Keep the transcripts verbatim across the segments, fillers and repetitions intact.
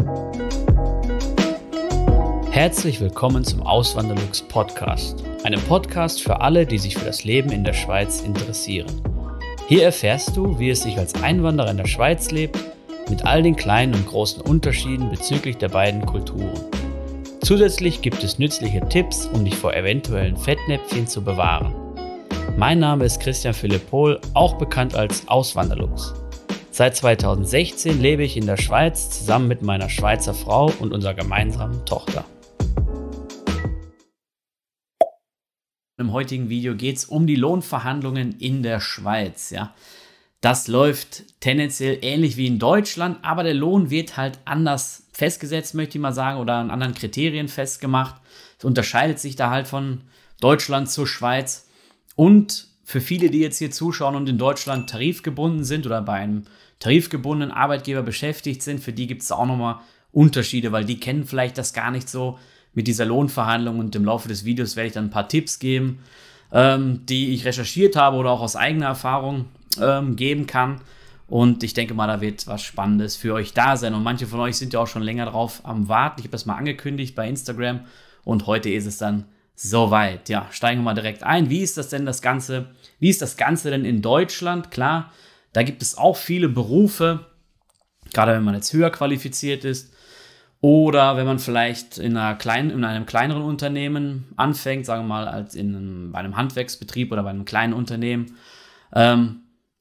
Herzlich willkommen zum Auswanderlux Podcast, einem Podcast für alle, die sich für das Leben in der Schweiz interessieren. Hier erfährst du, wie es sich als Einwanderer in der Schweiz lebt, mit all den kleinen und großen Unterschieden bezüglich der beiden Kulturen. Zusätzlich gibt es nützliche Tipps, um dich vor eventuellen Fettnäpfchen zu bewahren. Mein Name ist Christian Philipp Pohl, auch bekannt als Auswanderlux. Seit zweitausendsechzehn lebe ich in der Schweiz zusammen mit meiner Schweizer Frau und unserer gemeinsamen Tochter. Im heutigen Video geht es um die Lohnverhandlungen in der Schweiz. Ja. Das läuft tendenziell ähnlich wie in Deutschland, aber der Lohn wird halt anders festgesetzt, möchte ich mal sagen, oder an anderen Kriterien festgemacht. Es unterscheidet sich da halt von Deutschland zur Schweiz. Und für viele, die jetzt hier zuschauen und in Deutschland tarifgebunden sind oder bei einem tarifgebundenen Arbeitgeber beschäftigt sind, für die gibt es auch nochmal Unterschiede, weil die kennen vielleicht das gar nicht so mit dieser Lohnverhandlung, und im Laufe des Videos werde ich dann ein paar Tipps geben, ähm, die ich recherchiert habe oder auch aus eigener Erfahrung ähm, geben kann. Und ich denke mal, da wird was Spannendes für euch da sein. Und manche von euch sind ja auch schon länger drauf am Warten. Ich habe das mal angekündigt bei Instagram und heute ist es dann soweit. Ja, steigen wir mal direkt ein. Wie ist das denn das Ganze? Wie ist das Ganze denn in Deutschland? Klar, da gibt es auch viele Berufe, gerade wenn man jetzt höher qualifiziert ist. Oder wenn man vielleicht in, einer kleinen, in einem kleineren Unternehmen anfängt, sagen wir mal als in einem, bei einem Handwerksbetrieb oder bei einem kleinen Unternehmen, ähm,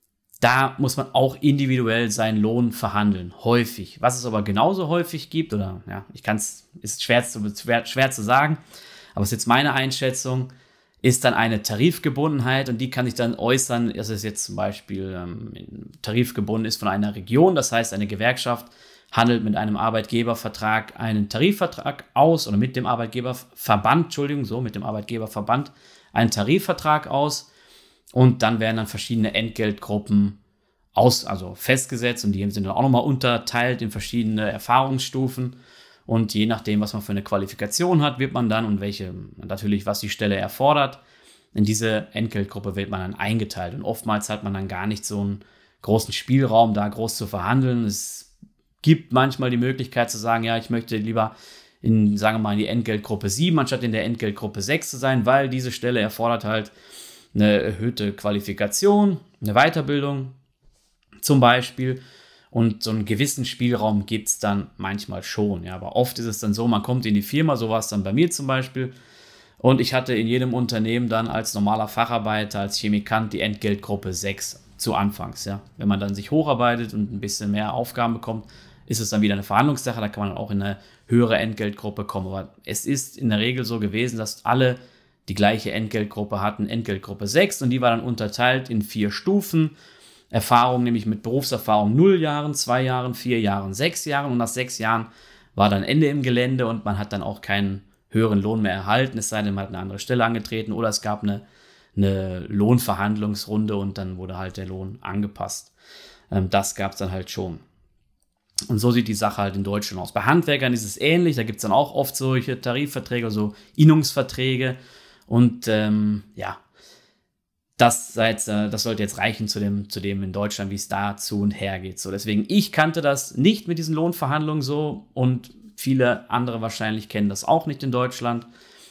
da muss man auch individuell seinen Lohn verhandeln, häufig. Was es aber genauso häufig gibt, oder ja, ich kann es, ist schwer zu, schwer, schwer zu sagen, aber es ist jetzt meine Einschätzung, ist dann eine Tarifgebundenheit, und die kann ich dann äußern, dass es jetzt zum Beispiel ähm, tarifgebunden ist von einer Region, das heißt eine Gewerkschaft handelt mit einem Arbeitgebervertrag einen Tarifvertrag aus oder mit dem Arbeitgeberverband, Entschuldigung, so mit dem Arbeitgeberverband einen Tarifvertrag aus, und dann werden dann verschiedene Entgeltgruppen aus, also festgesetzt, und die sind dann auch nochmal unterteilt in verschiedene Erfahrungsstufen, und je nachdem, was man für eine Qualifikation hat, wird man dann, und welche, natürlich, was die Stelle erfordert, in diese Entgeltgruppe wird man dann eingeteilt, und oftmals hat man dann gar nicht so einen großen Spielraum, da groß zu verhandeln. Es gibt manchmal die Möglichkeit zu sagen, ja, ich möchte lieber in, sagen wir mal, in die Entgeltgruppe sieben, anstatt in der Entgeltgruppe sechs zu sein, weil diese Stelle erfordert halt eine erhöhte Qualifikation, eine Weiterbildung zum Beispiel, und so einen gewissen Spielraum gibt es dann manchmal schon, ja, aber oft ist es dann so, man kommt in die Firma, so war es dann bei mir zum Beispiel, und ich hatte in jedem Unternehmen dann als normaler Facharbeiter, als Chemikant die Entgeltgruppe sechs zu Anfangs, ja. Wenn man dann sich hocharbeitet und ein bisschen mehr Aufgaben bekommt, ist es dann wieder eine Verhandlungssache, da kann man auch in eine höhere Entgeltgruppe kommen. Aber es ist in der Regel so gewesen, dass alle die gleiche Entgeltgruppe hatten, Entgeltgruppe sechs, und die war dann unterteilt in vier Stufen. Erfahrung, nämlich mit Berufserfahrung null Jahren, zwei Jahren, vier Jahren, sechs Jahren, und nach sechs Jahren war dann Ende im Gelände und man hat dann auch keinen höheren Lohn mehr erhalten, es sei denn, man hat eine andere Stelle angetreten oder es gab eine, eine Lohnverhandlungsrunde und dann wurde halt der Lohn angepasst. Ähm, das gab es dann halt schon. Und so sieht die Sache halt in Deutschland aus. Bei Handwerkern ist es ähnlich, da gibt es dann auch oft solche Tarifverträge, so Innungsverträge, und ähm, ja, das, jetzt, äh, das sollte jetzt reichen zu dem, zu dem in Deutschland, wie es da zu und her geht. So, deswegen, ich kannte das nicht mit diesen Lohnverhandlungen so, und viele andere wahrscheinlich kennen das auch nicht in Deutschland.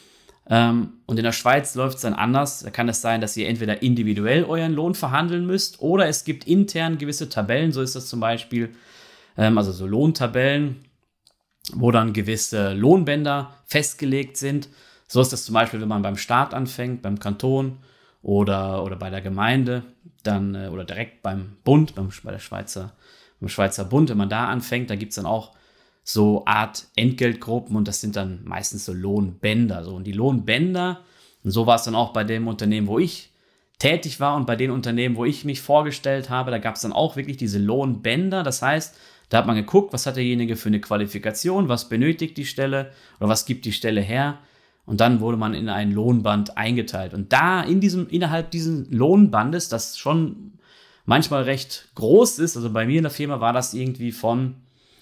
Ähm, und in der Schweiz läuft es dann anders. Da kann es sein, dass ihr entweder individuell euren Lohn verhandeln müsst oder es gibt intern gewisse Tabellen. So ist das zum Beispiel, ähm, also so Lohntabellen, wo dann gewisse Lohnbänder festgelegt sind. So ist das zum Beispiel, wenn man beim Staat anfängt, beim Kanton oder, oder bei der Gemeinde, dann äh, oder direkt beim Bund, beim, bei der Schweizer, beim Schweizer Bund, wenn man da anfängt, da gibt es dann auch so Art Entgeltgruppen, und das sind dann meistens so Lohnbänder. So. Und die Lohnbänder, und so war es dann auch bei dem Unternehmen, wo ich tätig war, und bei den Unternehmen, wo ich mich vorgestellt habe, da gab es dann auch wirklich diese Lohnbänder. Das heißt, da hat man geguckt, was hat derjenige für eine Qualifikation, was benötigt die Stelle oder was gibt die Stelle her. Und dann wurde man in ein Lohnband eingeteilt. Und da in diesem, innerhalb dieses Lohnbandes, das schon manchmal recht groß ist, also bei mir in der Firma war das irgendwie von,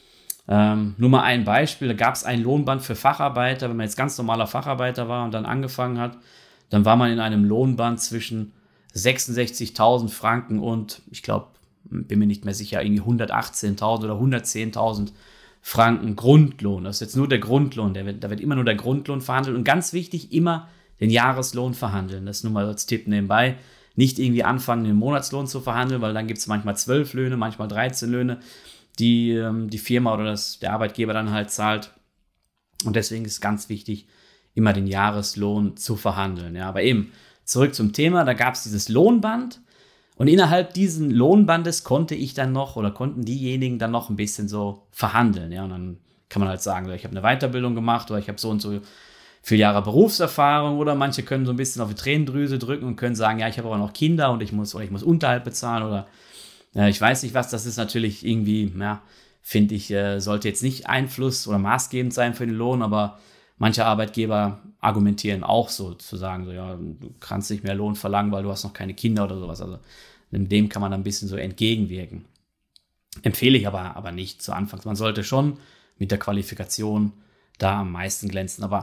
ähm, nur mal ein Beispiel, da gab es ein Lohnband für Facharbeiter, wenn man jetzt ganz normaler Facharbeiter war und dann angefangen hat, dann war man in einem Lohnband zwischen sechsundsechzigtausend Franken und, ich glaube, bin mir nicht mehr sicher, irgendwie hundertachtzehntausend oder hundertzehntausend Franken Grundlohn. Das ist jetzt nur der Grundlohn, der wird, da wird immer nur der Grundlohn verhandelt und ganz wichtig, immer den Jahreslohn verhandeln. Das ist nur mal als Tipp nebenbei. Nicht irgendwie anfangen, den Monatslohn zu verhandeln, weil dann gibt es manchmal zwölf Löhne, manchmal dreizehn Löhne, die ähm, die Firma oder das, der Arbeitgeber dann halt zahlt. Und deswegen ist es ganz wichtig, immer den Jahreslohn zu verhandeln. Ja, aber eben, zurück zum Thema, da gab es dieses Lohnband und innerhalb dieses Lohnbandes konnte ich dann noch oder konnten diejenigen dann noch ein bisschen so verhandeln. Ja, und dann kann man halt sagen, ich habe eine Weiterbildung gemacht oder ich habe so und so viele Jahre Berufserfahrung oder manche können so ein bisschen auf die Tränendrüse drücken und können sagen, ja, ich habe aber noch Kinder und ich muss oder ich muss Unterhalt bezahlen oder ja, ich weiß nicht was, das ist natürlich irgendwie, ja, finde ich, äh, sollte jetzt nicht Einfluss oder maßgebend sein für den Lohn, aber manche Arbeitgeber argumentieren auch so, zu sagen, so, ja, du kannst nicht mehr Lohn verlangen, weil du hast noch keine Kinder oder sowas. Also dem kann man ein bisschen so entgegenwirken. Empfehle ich aber, aber nicht zu Anfangs. Man sollte schon mit der Qualifikation da am meisten glänzen. Aber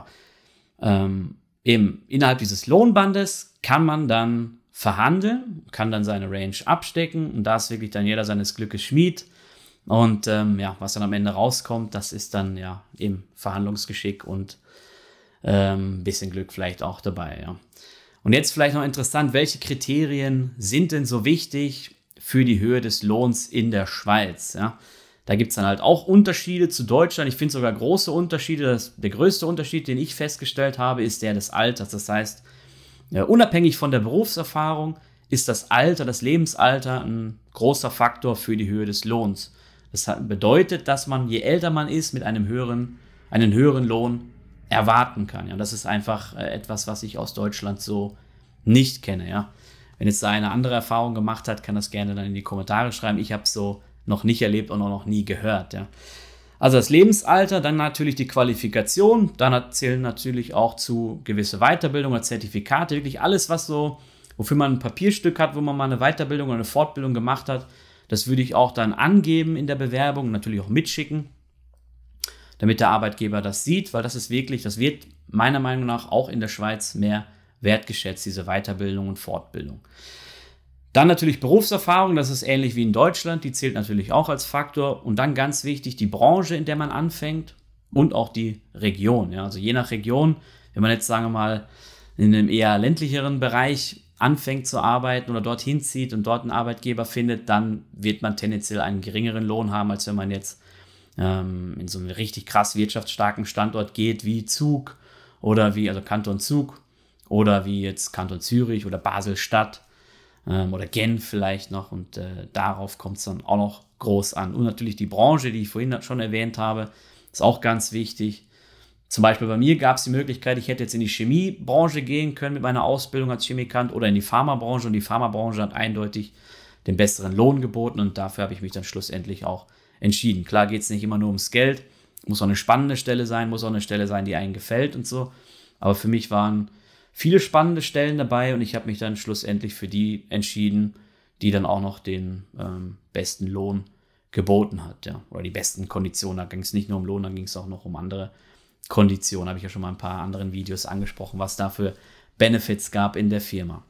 ähm, eben innerhalb dieses Lohnbandes kann man dann verhandeln, kann dann seine Range abstecken und da ist wirklich dann jeder seines Glückes Schmied. Und ähm, ja, was dann am Ende rauskommt, das ist dann ja eben Verhandlungsgeschick und ein ähm, bisschen Glück vielleicht auch dabei. Ja. Und jetzt vielleicht noch interessant, welche Kriterien sind denn so wichtig für die Höhe des Lohns in der Schweiz? Ja. Da gibt es dann halt auch Unterschiede zu Deutschland. Ich finde sogar große Unterschiede. Das, der größte Unterschied, den ich festgestellt habe, ist der des Alters. Das heißt, ja, unabhängig von der Berufserfahrung ist das Alter, das Lebensalter ein großer Faktor für die Höhe des Lohns. Das bedeutet, dass man, je älter man ist, mit einem höheren, einen höheren Lohn erwarten kann. Ja. Und das ist einfach äh, etwas, was ich aus Deutschland so nicht kenne. Ja. Wenn jetzt da eine andere Erfahrung gemacht hat, kann das gerne dann in die Kommentare schreiben. Ich habe es so noch nicht erlebt und auch noch nie gehört. Ja. Also das Lebensalter, dann natürlich die Qualifikation, dann zählen natürlich auch zu gewisse Weiterbildung oder Zertifikate, wirklich alles, was so, wofür man ein Papierstück hat, wo man mal eine Weiterbildung oder eine Fortbildung gemacht hat, das würde ich auch dann angeben in der Bewerbung, natürlich auch mitschicken, damit der Arbeitgeber das sieht, weil das ist wirklich, das wird meiner Meinung nach auch in der Schweiz mehr wertgeschätzt, diese Weiterbildung und Fortbildung. Dann natürlich Berufserfahrung, das ist ähnlich wie in Deutschland, die zählt natürlich auch als Faktor. Und dann ganz wichtig, die Branche, in der man anfängt und auch die Region. Ja. Also je nach Region, wenn man jetzt, sagen wir mal, in einem eher ländlicheren Bereich anfängt zu arbeiten oder dorthin zieht und dort einen Arbeitgeber findet, dann wird man tendenziell einen geringeren Lohn haben, als wenn man jetzt ähm, in so einen richtig krass wirtschaftsstarken Standort geht, wie Zug oder wie, also Kanton Zug oder wie jetzt Kanton Zürich oder Basel-Stadt ähm, oder Genf vielleicht noch und äh, darauf kommt es dann auch noch groß an. Und natürlich die Branche, die ich vorhin schon erwähnt habe, ist auch ganz wichtig. Zum Beispiel bei mir gab es die Möglichkeit, ich hätte jetzt in die Chemiebranche gehen können mit meiner Ausbildung als Chemikant oder in die Pharmabranche und die Pharmabranche hat eindeutig den besseren Lohn geboten und dafür habe ich mich dann schlussendlich auch entschieden. Klar geht es nicht immer nur ums Geld, muss auch eine spannende Stelle sein, muss auch eine Stelle sein, die einem gefällt und so, aber für mich waren viele spannende Stellen dabei und ich habe mich dann schlussendlich für die entschieden, die dann auch noch den ähm, besten Lohn geboten hat, ja, oder die besten Konditionen. Da ging es nicht nur um Lohn, da ging es auch noch um andere Konditionen. Habe ich ja schon mal ein paar anderen Videos angesprochen, was da für Benefits gab in der Firma.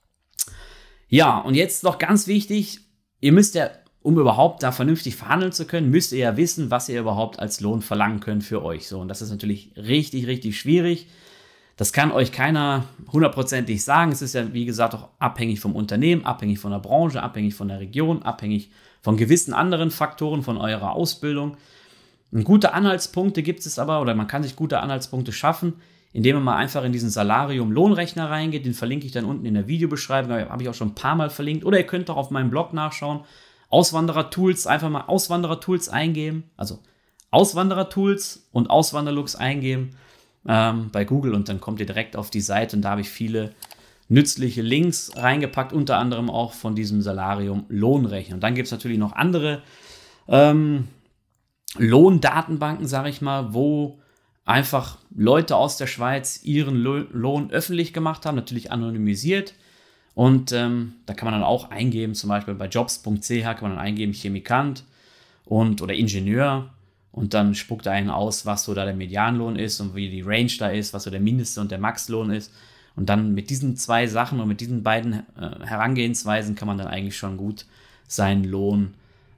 Ja, und jetzt noch ganz wichtig, ihr müsst ja, um überhaupt da vernünftig verhandeln zu können, müsst ihr ja wissen, was ihr überhaupt als Lohn verlangen könnt für euch. So, und das ist natürlich richtig, richtig schwierig. Das kann euch keiner hundertprozentig sagen. Es ist ja, wie gesagt, auch abhängig vom Unternehmen, abhängig von der Branche, abhängig von der Region, abhängig von gewissen anderen Faktoren, von eurer Ausbildung. Und gute Anhaltspunkte gibt es aber, oder man kann sich gute Anhaltspunkte schaffen, indem man mal einfach in diesen Salarium-Lohnrechner reingeht. Den verlinke ich dann unten in der Videobeschreibung, habe ich auch schon ein paar Mal verlinkt. Oder ihr könnt auch auf meinem Blog nachschauen. Auswanderer-Tools, einfach mal Auswanderer-Tools eingeben. Also Auswanderer-Tools und Auswanderlux eingeben ähm, bei Google und dann kommt ihr direkt auf die Seite und da habe ich viele nützliche Links reingepackt, unter anderem auch von diesem Salarium-Lohnrechner. Und dann gibt es natürlich noch andere ähm, Lohndatenbanken, sage ich mal, wo einfach Leute aus der Schweiz ihren Lohn öffentlich gemacht haben, natürlich anonymisiert. Und ähm, da kann man dann auch eingeben, zum Beispiel bei jobs punkt c h kann man dann eingeben Chemikant und, oder Ingenieur und dann spuckt er einen aus, was so da der Medianlohn ist und wie die Range da ist, was so der Mindest- und der Maxlohn ist. Und dann mit diesen zwei Sachen und mit diesen beiden äh, Herangehensweisen kann man dann eigentlich schon gut seinen Lohn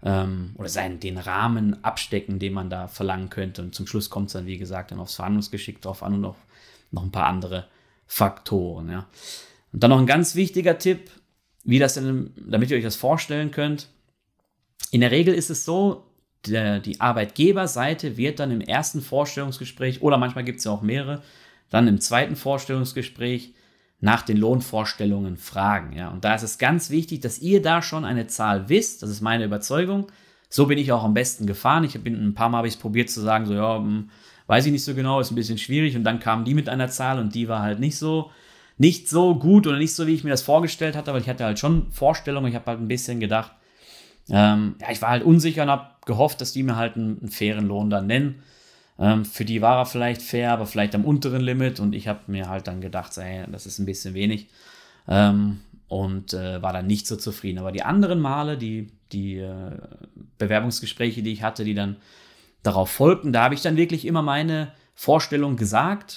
ähm, oder seinen, den Rahmen abstecken, den man da verlangen könnte. Und zum Schluss kommt es dann, wie gesagt, dann aufs Verhandlungsgeschick drauf an und auch noch ein paar andere Faktoren. Ja. Und dann noch ein ganz wichtiger Tipp, wie das denn, damit ihr euch das vorstellen könnt. In der Regel ist es so, der, die Arbeitgeberseite wird dann im ersten Vorstellungsgespräch, oder manchmal gibt es ja auch mehrere, dann im zweiten Vorstellungsgespräch nach den Lohnvorstellungen fragen. Ja. Und da ist es ganz wichtig, dass ihr da schon eine Zahl wisst. Das ist meine Überzeugung. So bin ich auch am besten gefahren. Ich bin ein paar Mal habe ich es probiert zu sagen, so ja, hm, weiß ich nicht so genau, ist ein bisschen schwierig. Und dann kamen die mit einer Zahl und die war halt nicht so, nicht so gut oder nicht so, wie ich mir das vorgestellt hatte, weil ich hatte halt schon Vorstellungen. Ich habe halt ein bisschen gedacht, ähm, ja, ich war halt unsicher und habe gehofft, dass die mir halt einen, einen fairen Lohn dann nennen. Ähm, für die war er vielleicht fair, aber vielleicht am unteren Limit. Und ich habe mir halt dann gedacht, so, hey, das ist ein bisschen wenig. Ähm, und äh, war dann nicht so zufrieden. Aber die anderen Male, die, die äh, Bewerbungsgespräche, die ich hatte, die dann darauf folgten, da habe ich dann wirklich immer meine Vorstellung gesagt.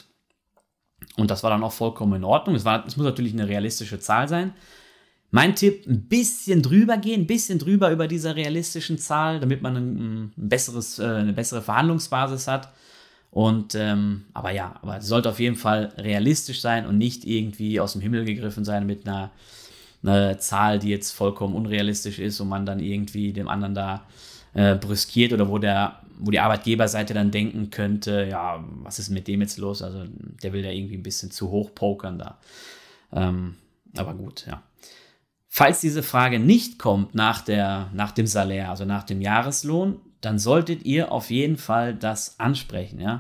Und das war dann auch vollkommen in Ordnung. Es, war, es muss natürlich eine realistische Zahl sein. Mein Tipp, ein bisschen drüber gehen, ein bisschen drüber über dieser realistischen Zahl, damit man ein, ein besseres, eine bessere Verhandlungsbasis hat. Und, ähm, aber ja, aber es sollte auf jeden Fall realistisch sein und nicht irgendwie aus dem Himmel gegriffen sein mit einer, einer Zahl, die jetzt vollkommen unrealistisch ist und man dann irgendwie dem anderen da äh, brüskiert oder wo der, wo die Arbeitgeberseite dann denken könnte, ja, was ist mit dem jetzt los? Also der will da irgendwie ein bisschen zu hoch pokern da. Ähm, aber gut, ja. Falls diese Frage nicht kommt nach, der, nach dem Salär, also nach dem Jahreslohn, dann solltet ihr auf jeden Fall das ansprechen, ja.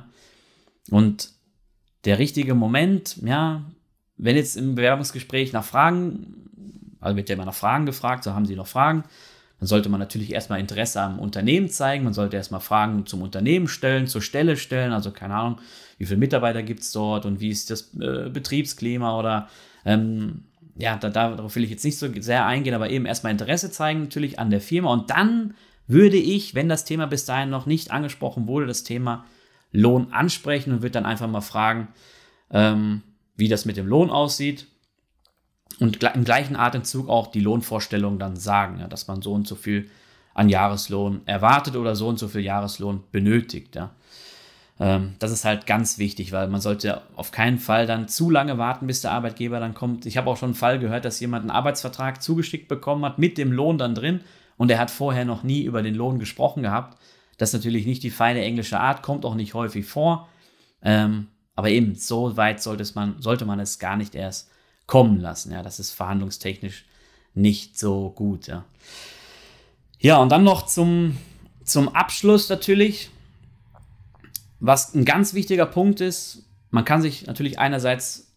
Und der richtige Moment, ja, wenn jetzt im Bewerbungsgespräch nach Fragen, also wird ja immer nach Fragen gefragt, so haben Sie noch Fragen, dann sollte man natürlich erstmal Interesse am Unternehmen zeigen, man sollte erstmal Fragen zum Unternehmen stellen, zur Stelle stellen, also keine Ahnung, wie viele Mitarbeiter gibt es dort und wie ist das äh, Betriebsklima oder ähm, ja, da, darauf will ich jetzt nicht so sehr eingehen, aber eben erstmal Interesse zeigen natürlich an der Firma und dann würde ich, wenn das Thema bis dahin noch nicht angesprochen wurde, das Thema Lohn ansprechen und würde dann einfach mal fragen, ähm, wie das mit dem Lohn aussieht und im gleichen Atemzug auch die Lohnvorstellung dann sagen, ja, dass man so und so viel an Jahreslohn erwartet oder so und so viel Jahreslohn benötigt, ja. Das ist halt ganz wichtig, weil man sollte auf keinen Fall dann zu lange warten, bis der Arbeitgeber dann kommt. Ich habe auch schon einen Fall gehört, dass jemand einen Arbeitsvertrag zugeschickt bekommen hat mit dem Lohn dann drin und er hat vorher noch nie über den Lohn gesprochen gehabt. Das ist natürlich nicht die feine englische Art, kommt auch nicht häufig vor. Ähm, aber eben, so weit sollte man, sollte man es gar nicht erst kommen lassen. Ja, das ist verhandlungstechnisch nicht so gut. Ja, ja und dann noch zum, zum Abschluss natürlich. Was ein ganz wichtiger Punkt ist, man kann sich natürlich einerseits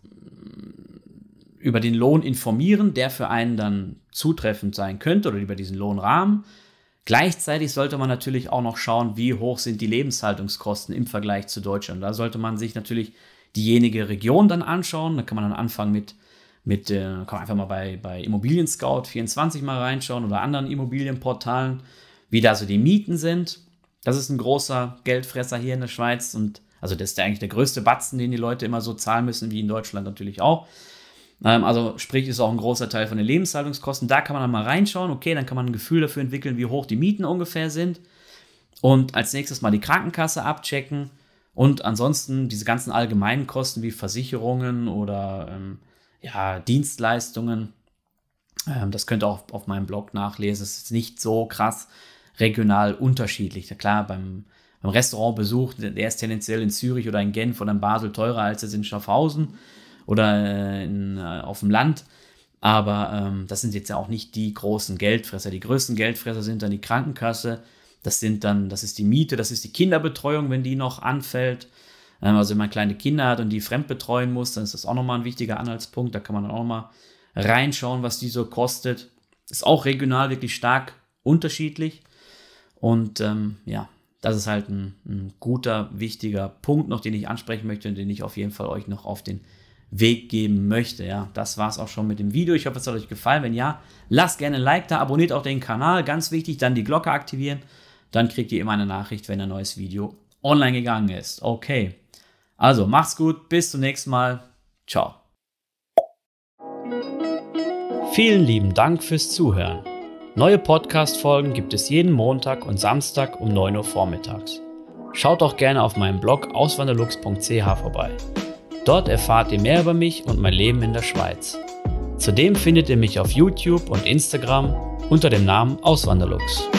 über den Lohn informieren, der für einen dann zutreffend sein könnte oder über diesen Lohnrahmen. Gleichzeitig sollte man natürlich auch noch schauen, wie hoch sind die Lebenshaltungskosten im Vergleich zu Deutschland. Da sollte man sich natürlich diejenige Region dann anschauen. Da kann man dann anfangen mit, mit äh, kann man einfach mal bei, bei Immobilien Scout vierundzwanzig mal reinschauen oder anderen Immobilienportalen, wie da so die Mieten sind. Das ist ein großer Geldfresser hier in der Schweiz und also das ist eigentlich der größte Batzen, den die Leute immer so zahlen müssen, wie in Deutschland natürlich auch. Ähm, also sprich, ist auch ein großer Teil von den Lebenshaltungskosten. Da kann man dann mal reinschauen, okay, dann kann man ein Gefühl dafür entwickeln, wie hoch die Mieten ungefähr sind. Und als nächstes mal die Krankenkasse abchecken und ansonsten diese ganzen allgemeinen Kosten wie Versicherungen oder ähm, ja, Dienstleistungen. Ähm, das könnt ihr auch auf meinem Blog nachlesen. Es ist nicht so krass regional unterschiedlich. Klar, beim, beim Restaurantbesuch, der ist tendenziell in Zürich oder in Genf oder in Basel teurer als es in Schaffhausen oder in, äh, auf dem Land. Aber ähm, das sind jetzt ja auch nicht die großen Geldfresser. Die größten Geldfresser sind dann die Krankenkasse. Das sind dann, das ist die Miete, das ist die Kinderbetreuung, wenn die noch anfällt. Ähm, also wenn man kleine Kinder hat und die fremdbetreuen muss, dann ist das auch nochmal ein wichtiger Anhaltspunkt. Da kann man dann auch nochmal reinschauen, was die so kostet. Ist auch regional wirklich stark unterschiedlich. Und ähm, ja, das ist halt ein, ein guter, wichtiger Punkt noch, den ich ansprechen möchte und den ich auf jeden Fall euch noch auf den Weg geben möchte. Ja, das war es auch schon mit dem Video. Ich hoffe, es hat euch gefallen. Wenn ja, lasst gerne ein Like da, abonniert auch den Kanal. Ganz wichtig, dann die Glocke aktivieren. Dann kriegt ihr immer eine Nachricht, wenn ein neues Video online gegangen ist. Okay, also macht's gut, bis zum nächsten Mal. Ciao. Vielen lieben Dank fürs Zuhören. Neue Podcast-Folgen gibt es jeden Montag und Samstag um neun Uhr vormittags. Schaut auch gerne auf meinem Blog auswanderlux punkt c h vorbei. Dort erfahrt ihr mehr über mich und mein Leben in der Schweiz. Zudem findet ihr mich auf YouTube und Instagram unter dem Namen Auswanderlux.